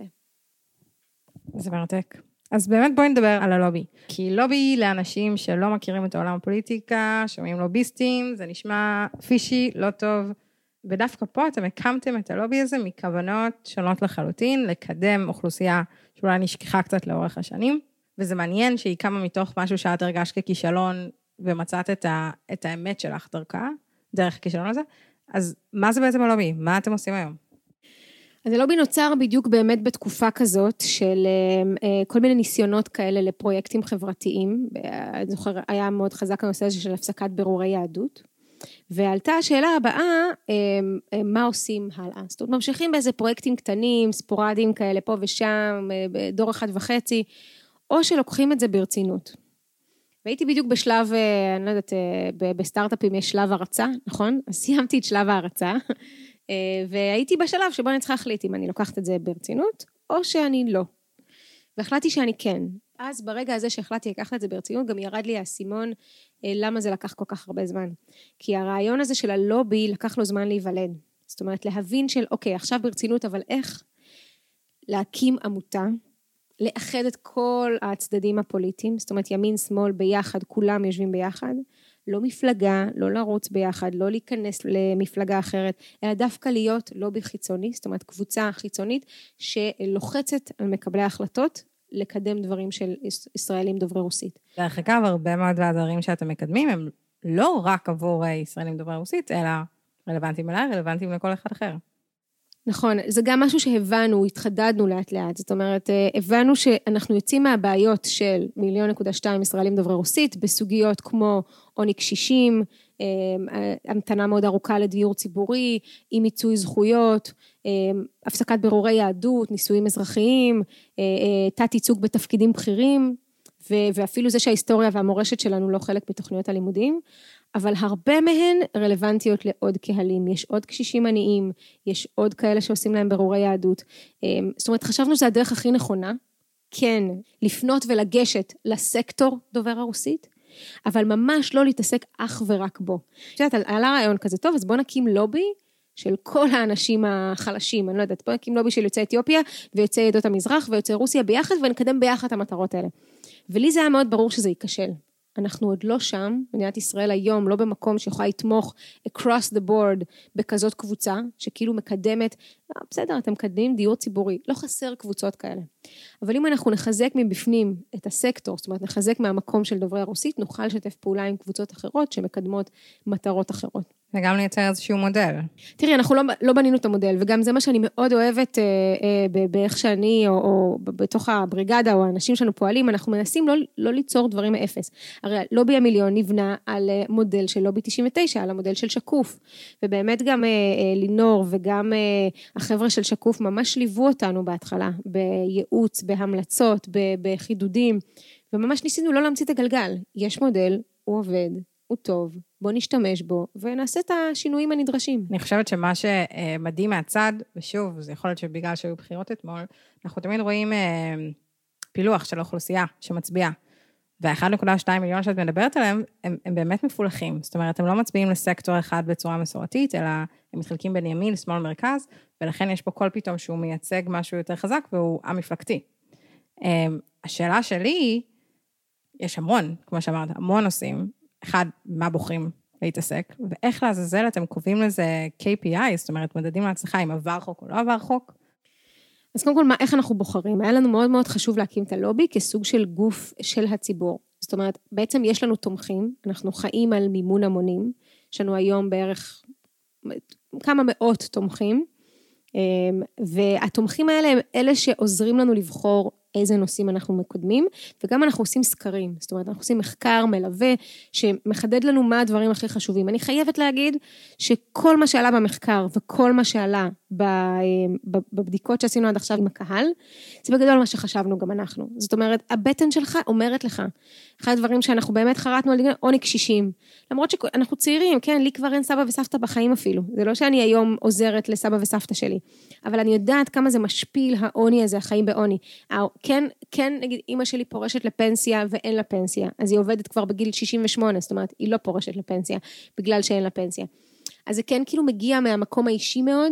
זה מרתק. אז באמת בואי נדבר על הלובי. כי לובי לאנשים שלא מכירים את העולם הפוליטיקה, שומעים לוביסטים, זה נשמע פישי, לא טוב. ודווקא פה אתם הקמתם את הלובי הזה מכוונות שונות לחלוטין, לקדם אוכלוסייה שאולי נשכחה קצת לאורך השנים, וזה מעניין שהיא קמה מתוך משהו שאת הרגשת ככישלון, ומצאת את האמת שלך דרך הכישלון הזה. אז מה זה בעצם הלובי? מה אתם עושים היום? אז הלובי נוצר בדיוק באמת בתקופה כזאת, של כל מיני ניסיונות כאלה לפרויקטים חברתיים, אני זוכר, היה מאוד חזק הנושא הזה של הפסקת בירורי יהדות, ועלתה השאלה הבאה, מה עושים הלאה? זאת אומרת, ממשיכים באיזה פרויקטים קטנים, ספורדיים כאלה פה ושם, בדור 1.5, או שלוקחים את זה ברצינות. והייתי בדיוק בשלב, אני לא יודעת, בסטארט-אפים יש שלב הרצה, נכון? אז סיימתי את שלב ההרצה, והייתי בשלב שבו אני צריכה להחליט אם אני לוקחת את זה ברצינות, או שאני לא. והחלטתי שאני כן. אז ברגע הזה שהחלטתי לקחת את זה ברצינות, גם ירד לי האסימון, למה זה לקח כל כך הרבה זמן. כי הרעיון הזה של הלובי לקח לו זמן להיוולד. זאת אומרת, להבין של, אוקיי, עכשיו ברצינות, אבל איך להקים עמותה, לאחד את כל הצדדים הפוליטיים, זאת אומרת, ימין, שמאל, ביחד, כולם יושבים ביחד, לא מפלגה, לא לרוץ ביחד, לא להיכנס למפלגה אחרת, אלא דווקא להיות לובי חיצוני, זאת אומרת, קבוצה חיצונית, שלוחצת על מקבלי ההחלטות, לקדם דברים של ישראלים דוברי רוסית. דרך אגב, הרבה מאוד מהדברים שאתם מקדמים, הם לא רק עבור ישראלים דוברי רוסית, אלא רלוונטיים אליי, רלוונטיים לכל אחד אחר. נכון, זה גם משהו שהבנו, התחדדנו לאט לאט, זאת אומרת, הבנו שאנחנו יוצאים מהבעיות של 1.2 מיליון ישראלים דוברי רוסית, בסוגיות כמו עוני קשישים, המתנה מאוד ארוכה לדיור ציבורי, אי מיצוי זכויות, הפסקת בירורי יהדות, נישואים אזרחיים, תת ייצוג בתפקידים בכירים, ואפילו זה שההיסטוריה והמורשת שלנו לא חלק בתוכניות הלימודים, אבל הרבה מהן רלוונטיות לעוד קהלים, יש עוד קשישים עניים, יש עוד כאלה שעושים להם בירורי יהדות, זאת אומרת, חשבנו שזה הדרך הכי נכונה, כן, לפנות ולגשת לסקטור דובר הרוסית, אבל ממש לא להתעסק אך ורק בו. את יודעת, עלה רעיון כזה טוב, אז בוא נקים לובי, של כל האנשים החלשים, אני לא יודעת, בוא נקים לובי של יוצאי אתיופיה, ויוצאי עדות המזרח, ויוצאי רוסיה ביחד, ונקדם ביחד את המטרות האלה. ולי זה היה מאוד ברור שזה ייכשל. אנחנו עוד לא שם, מדינת ישראל היום, לא במקום שיכולה לתמוך across the board בכזאת קבוצה, שכאילו מקדמת, בסדר, אתם מקדמים דיור ציבורי, לא חסר קבוצות כאלה. אבל אם אנחנו נחזק מבפנים את הסקטור, זאת אומרת, נחזק מהמקום של דוברי הרוסית, נוכל לשתף פעולה עם קבוצות אחרות, שמקדמות מטרות אחרות. וגם לייצר איזשהו מודל. תראי, אנחנו לא בנינו את המודל, וגם זה מה שאני מאוד אוהבת באיך שאני, או בתוך הבריגדה, או האנשים שלנו פועלים, אנחנו מנסים לא ליצור דברים מאפס. הרי לובי המיליון נבנה על מודל של לובי 99, על המודל של שקוף, ובאמת גם לינור וגם החבר'ה של שקוף ממש ליוו אותנו בהתחלה, בייעוץ, בהמלצות, בחידודים, וממש ניסינו לא להמציא את הגלגל. יש מודל, הוא עובד, הוא טוב, בוא נשתמש בו, ונעשה את השינויים הנדרשים. אני חושבת שמה שמדהים מהצד, ושוב, זה יכול להיות שבגלל שהיו בחירות אתמול, אנחנו תמיד רואים פילוח של האוכלוסייה שמצביעה, וה-1.2 מיליון שאת מדברת עליהם, הם באמת מפולחים. זאת אומרת, הם לא מצביעים לסקטור אחד בצורה מסורתית, אלא הם מתחלקים בין ימין, שמאל, מרכז, ולכן יש פה כל פתאום שהוא מייצג משהו יותר חזק, והוא המפלגתי. השאלה שלי, יש המון, כמו שאמרת, המון נושאים, אחד, מה בוחרים להתעסק, ואיך לעזאזל אתם קובעים לזה KPI, זאת אומרת, מדדים להצלחה אם עבר חוק או לא עבר חוק? אז קודם כל, איך אנחנו בוחרים? היה לנו מאוד מאוד חשוב להקים את הלובי כסוג של גוף של הציבור. זאת אומרת, בעצם יש לנו תומכים, אנחנו חיים על מימון המונים, יש לנו היום בערך כמה מאות תומכים, והתומכים האלה הם אלה שעוזרים לנו לבחור איזה נושאים אנחנו מקודמים, וגם אנחנו עושים סקרים, זאת אומרת, אנחנו עושים מחקר מלווה, שמחדד לנו מה הדברים הכי חשובים. אני חייבת להגיד, שכל מה שעלה במחקר, וכל מה שעלה בבדיקות שעשינו עד עכשיו עם הקהל, זה בגדול מה שחשבנו גם אנחנו. זאת אומרת, הבטן שלך אומרת לך, אחד הדברים שאנחנו באמת חרטנו על עוני קשישים, למרות שאנחנו צעירים, כן, לי כבר אין סבא וסבתא בחיים אפילו, זה לא שאני היום עוזרת לסבא וסבתא שלי, אבל אני יודעת כמה זה משפיל העוני הזה, החיים בעוני. כן, נגיד, אמא שלי פורשת לפנסיה ואין לה פנסיה, אז היא עובדת כבר בגיל 68, זאת אומרת, היא לא פורשת לפנסיה, בגלל שאין לה פנסיה. אז זה כן כאילו מגיע מהמקום האישי מאוד,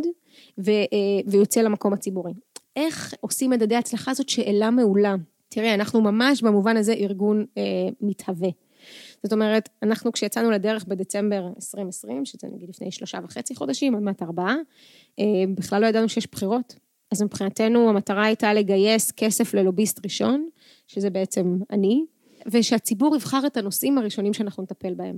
ויוצא למקום הציבורי. איך עושים מדדי הצלחה? זאת שאלה מעולה. תראה, אנחנו ממש במובן הזה ארגון מתהווה. זאת אומרת, אנחנו כשיצאנו לדרך בדצמבר 2020, שזה נגיד לפני 3.5 חודשים, עוד מעט 4, בכלל לא ידענו שיש בחירות. אז מבחינתנו המטרה הייתה לגייס כסף ללוביסט ראשון, שזה בעצם אני, ושהציבור יבחר את הנושאים הראשונים שאנחנו נטפל בהם.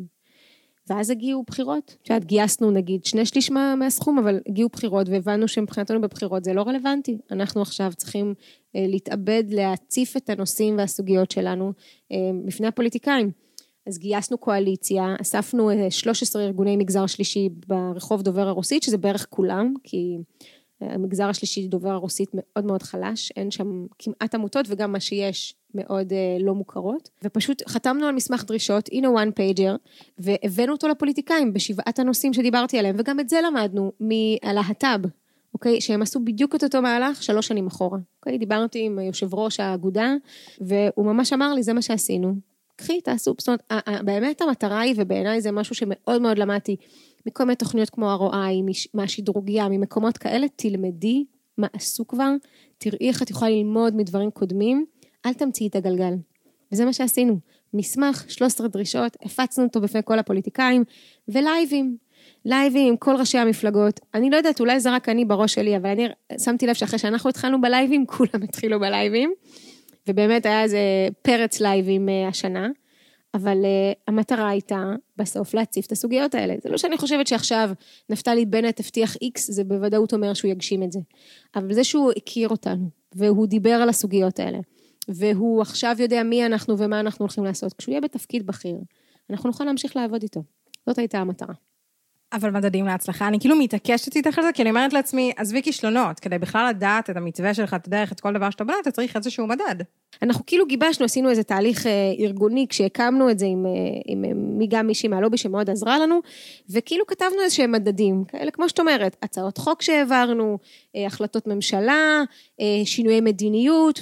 ואז הגיעו בחירות, שאת גייסנו נגיד 2/3 מהסכום, אבל הגיעו בחירות והבנו שמבחינתנו בבחירות זה לא רלוונטי. אנחנו עכשיו צריכים להתאבד, להציף את הנושאים והסוגיות שלנו בפני הפוליטיקאים. אז גייסנו קואליציה, אספנו 13 ארגוני מגזר שלישי ברחוב דובר הרוסית, שזה בערך כולם, כי המגזר השלישי דובר הרוסית מאוד מאוד חלש, אין שם כמעט עמותות וגם מה שיש מאוד לא מוכרות, ופשוט חתמנו על מסמך דרישות, הנה one pager, והבאנו אותו לפוליטיקאים בשבעת הנושאים שדיברתי עליהם, וגם את זה למדנו מהלהט"ב, אוקיי, שהם עשו בדיוק את אותו מהלך 3 שנים אחורה, אוקיי, דיברתי עם יושב ראש האגודה, והוא ממש אמר לי, זה מה שעשינו, קחי, תעשו, זאת אומרת, באמת המטרה היא, ובעיניי זה משהו שמאוד מאוד למדתי, מכל מיני תוכניות כמו הרועי, מהשדרוגיה, ממקומות כאלה, תלמדי מה עשו כבר, תראי איך את יכולה ללמוד מדברים קודמים, אל תמציאי את הגלגל. וזה מה שעשינו. מסמך, 13 דרישות, הפצנו אותו בפני כל הפוליטיקאים, ולייבים. לייבים עם כל ראשי המפלגות. אני לא יודעת, אולי זה רק אני בראש שלי, אבל אני שמתי לב שאחרי שאנחנו התחלנו בלייבים, כולם התחילו בלייבים, ובאמת היה איזה פרץ לייבים השנה, אבל המטרה הייתה בסוף להציף את הסוגיות האלה. זה לא שאני חושבת שעכשיו נפתלי בנט הבטיח X, זה בוודאות אומר שהוא יגשים את זה. אבל זה שהוא הכיר אותנו, והוא דיבר על הסוגיות האלה, והוא עכשיו יודע מי אנחנו ומה אנחנו הולכים לעשות. כשהוא יהיה בתפקיד בכיר, אנחנו נוכל להמשיך לעבוד איתו. זאת הייתה המטרה. אבל מדדים להצלחה, אני כאילו מתעקשת איתך על זה, כי אני אומרת לעצמי, עזבי כישלונות, כדי בכלל לדעת את המתווה שלך, את הדרך, את כל דבר שאתה בנה, אתה צריך איזשהו מדד. אנחנו כאילו גיבשנו, עשינו איזה תהליך ארגוני, כשהקמנו את זה עם גם מישהי מהלובי שמאוד עזרה לנו, וכאילו כתבנו איזשהם מדדים, כאלה כמו שאת אומרת, הצעות חוק שהעברנו, החלטות ממשלה, שינויי מדיניות,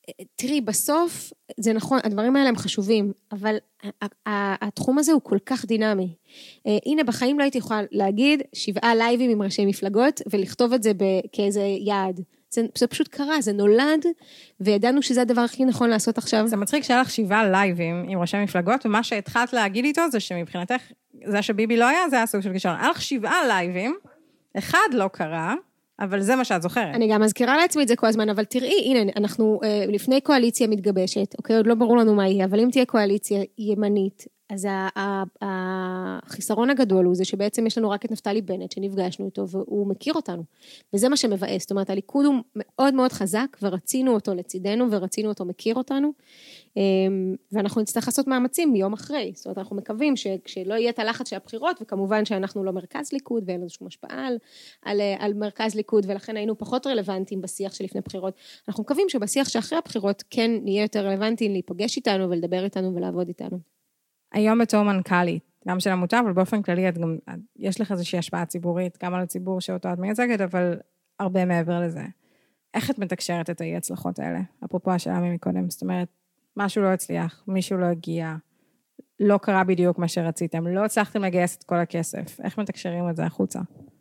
תראי, בסוף, זה נכון, הדברים האלה הם חשובים, אבל התחום הזה הוא כל כך דינמי. הנה, בחיים לא הייתי יכולה להגיד 7 לייבים עם ראשי מפלגות, ולכתוב את זה כאיזה יעד. זה פשוט קרה, זה נולד, וידענו שזה הדבר הכי נכון לעשות עכשיו. זה מצחיק שהיה לך 7 לייבים עם ראשי מפלגות, ומה שהתחלת להגיד איתו זה שמבחינתך, זה שביבי לא היה, זה היה סוג של כישלון. היה לך 7 לייבים, 1 לא קרה, אבל זה מה שאת זוכרת. אני גם מזכירה לעצמי את זה כל הזמן, אבל תראי, הנה, אנחנו לפני קואליציה מתגבשת, אוקיי, עוד לא ברור לנו מה יהיה, אבל אם תהיה קואליציה ימנית, אז החיסרון הגדול הוא זה שבעצם יש לנו רק את נפתלי בנט, שנפגשנו איתו, והוא מכיר אותנו. וזה מה שמבאס. זאת אומרת, הליכוד הוא מאוד מאוד חזק, ורצינו אותו לצידנו, ורצינו אותו מכיר אותנו, ואנחנו נצטרך לעשות מאמצים יום אחרי. זאת אומרת, אנחנו מקווים שכשלא יהיה את הלחץ של הבחירות, וכמובן שאנחנו לא מרכז ליכוד, ואין לנו שום השפעה על מרכז ליכוד, ולכן היינו פחות רלוונטיים בשיח שלפני בחירות. אנחנו מקווים שבשיח שאחרי הבחירות כן נהיה יותר רלוונטיים להיפגש איתנו ולדבר איתנו ולעבוד איתנו. היום בתור מנכ"לית, גם של עמותה, אבל באופן כללי, יש לך איזושהי השפעה ציבורית, גם על הציבור שאותו את מייצגת, אבל הרבה מעבר לזה. איך את מתקשרת את האי-הצלחות האלה? אפרופו השאלה מקודם, זאת אומרת, משהו לא הצליח, מישהו לא הגיע, לא קרה בדיוק מה שרציתם, לא הצלחתם לגייס את כל הכסף. איך מתקשרים את זה החוצה?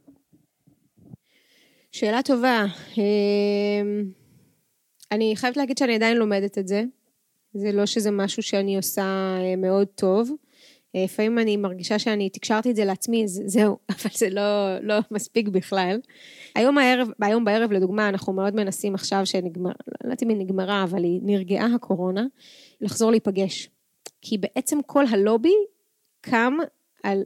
שאלה טובה. אני חייבת להגיד שאני עדיין לומדת את זה. זה לא שזה משהו שאני עושה מאוד טוב. לפעמים אני מרגישה שאני תקשרתי את זה לעצמי, זהו, אבל זה לא מספיק בכלל. היום בערב, לדוגמה, אנחנו מאוד מנסים עכשיו שנגמר, לא יודעת אם היא נגמרה, אבל היא נרגעה הקורונה, לחזור להיפגש. כי בעצם כל הלובי קם על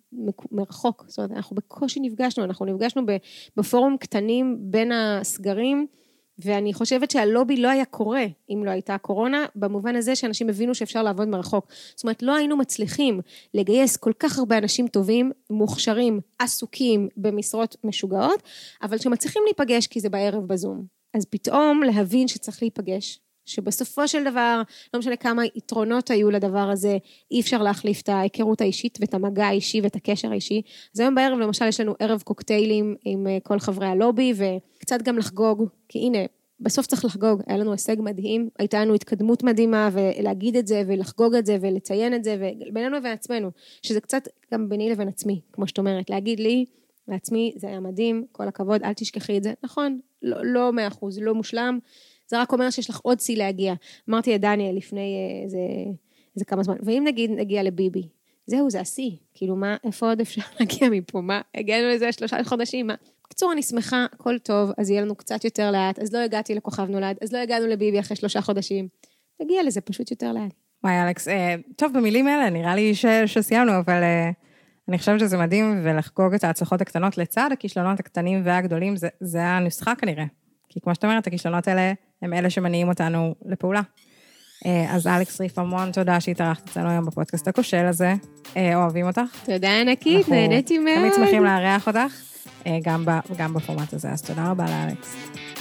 מרחוק. זאת אומרת, אנחנו בקושי נפגשנו בפורום קטנים בין הסגרים, ואני חושבת שהלובי לא היה קורה אם לא הייתה קורונה, במובן הזה שאנשים הבינו שאפשר לעבוד מרחוק. זאת אומרת, לא היינו מצליחים לגייס כל כך הרבה אנשים טובים, מוכשרים, עסוקים במשרות משוגעות, אבל שמצליחים להיפגש כי זה בערב בזום. אז פתאום להבין שצריך להיפגש, שבסופו של דבר, לא משנה כמה יתרונות היו לדבר הזה, אי אפשר להחליף את ההיכרות האישית ואת המגע האישי ואת הקשר האישי. אז היום בערב למשל יש לנו ערב קוקטיילים עם כל חברי הלובי, וקצת גם לחגוג, כי הנה, בסוף צריך לחגוג, היה לנו הישג מדהים, הייתה לנו התקדמות מדהימה, ולהגיד את זה ולחגוג את זה ולציין את זה, ובינינו לבין עצמנו, שזה קצת גם ביני לבין עצמי, כמו שאת אומרת, להגיד לי, לעצמי זה היה מדהים, כל הכבוד, אל תשכחי את זה, נכון, לא 100%, לא מושלם, זה רק אומר שיש לך עוד צי להגיע. אמרתי לדניאל לפני איזה כמה זמן, ואם נגיע לביבי, זהו, זה השיא, כאילו מה, איפה עוד אפשר להגיע מפה, מה, הגענו לזה 3 חודשים, מה? בקצור, אני שמחה, הכל טוב, אז יהיה לנו קצת יותר לאט, אז לא הגעתי לכוכב נולד, אז לא הגענו לביבי אחרי 3 חודשים, נגיע לזה פשוט יותר לאט. וואי, אלכס, טוב, במילים האלה, נראה לי שסיימנו, אבל אני חושבת שזה מדהים, ולחגוג את ההצלחות הקטנות לצד הכישלונות הקטנים והגדולים, זה הנוסחה כנראה. כי כמו שאת אומרת, הכישלונות האלה הם אלה שמניעים אותנו לפעולה. אז אלכס ריף, המון תודה שהתארחת אצלנו היום בפודקאסט הכושל הזה. אוהבים אותך. תודה ענקית, נהניתי מאוד. אנחנו תמיד שמחים לארח אותך, גם בפורמט הזה, אז תודה רבה לאלכס.